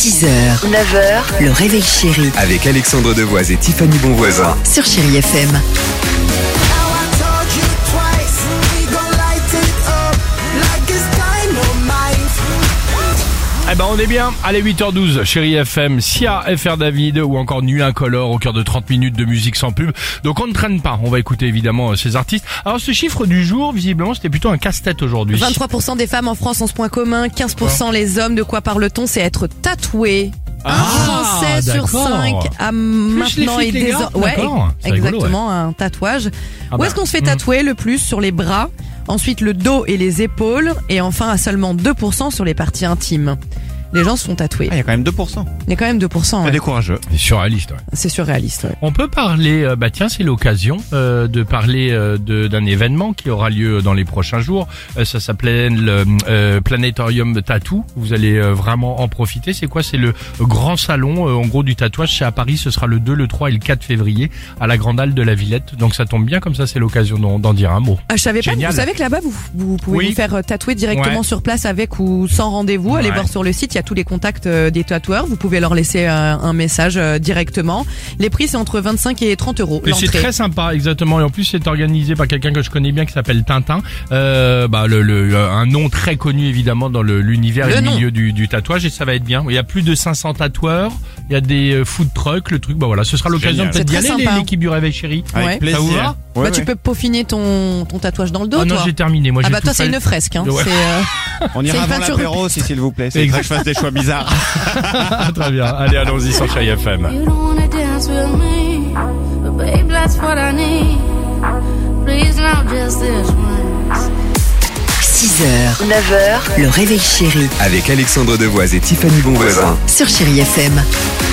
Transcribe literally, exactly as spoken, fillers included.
six heures, neuf heures, le réveil chéri Avec Alexandre Devoise et Tiffany Bonvoisin. sur Chéri F M. Eh ben on est bien, allez huit heures douze, Chéri F M, Sia, F R David ou encore Nuit Incolore au cœur de trente minutes de musique sans pub. Donc on ne traîne pas, on va écouter évidemment ces artistes. Alors ce chiffre du jour, visiblement c'était plutôt un casse-tête aujourd'hui. vingt-trois pour cent des femmes en France ont ce point commun, quinze pour cent les hommes. De quoi parle-t-on? C'est être tatoué. Un Ah, Français sur d'accord. cinq a maintenant les et filles que les des gars, ouais, d'accord. C'est rigolo, exactement un tatouage. Ah Où bah, est-ce qu'on se fait hmm. tatouer le plus? Sur les bras, ensuite le dos et les épaules, et enfin à seulement deux pour cent sur les parties intimes. Les gens se font tatouer. Ah, il y a quand même deux pour cent. Il y a quand même deux pour cent. C'est Ouais. des courageux. C'est surréaliste, ouais. C'est surréaliste. Ouais. On peut parler, euh, bah tiens c'est l'occasion euh, de parler euh, de, d'un événement qui aura lieu dans les prochains jours. Euh, ça s'appelle le euh, Planétorium Tattoo. Vous allez euh, vraiment en profiter. C'est quoi? C'est le grand salon euh, en gros du tatouage. C'est à Paris. Ce sera le deux, le trois et le quatre février à la Grande Halle de la Villette. Donc ça tombe bien, comme ça c'est l'occasion d'en, d'en dire un mot. Ah, je savais pas. Génial. Vous savez que là-bas vous, vous pouvez Oui. vous faire tatouer directement Ouais. sur place avec ou sans rendez-vous. Allez Ouais. voir sur le site. Il y a tous les contacts euh, des tatoueurs. Vous pouvez leur laisser euh, un message euh, directement. Les prix c'est entre vingt-cinq et trente euros. Et c'est l'entrée. très sympa, exactement. Et en plus, c'est organisé par quelqu'un que je connais bien qui s'appelle Tintin. Euh, bah, le, le, un nom très connu évidemment dans le, l'univers Le et le nom. milieu du, du tatouage, et ça va être bien. Il y a plus de cinq cents tatoueurs. Il y a des euh, food trucks, le truc. Bah voilà, ce sera l'occasion Génial. peut-être d'y C'est aller, très sympa. l'équipe du Réveil Chéri. Ouais. Avec plaisir. Ça vous va Ouais, bah, tu ouais. peux peaufiner ton, ton tatouage dans le dos, Ah non, toi. j'ai terminé. Moi, Ah j'ai bah tout toi fait. c'est une fresque. Hein. Ouais. C'est, euh, On C'est ira une avant peinture l'apéro aussi, s'il vous plaît. C'est vrai que je fasse des choix bizarres. Très bien. Allez, allons-y sur Chéri F M. You don't wanna dance with me, but babe, that's what I need. Please now just this once. six heures, neuf heures, le réveil chéri Avec Alexandre Devoise et Tiffany Bonvoisin. sur Chéri F M.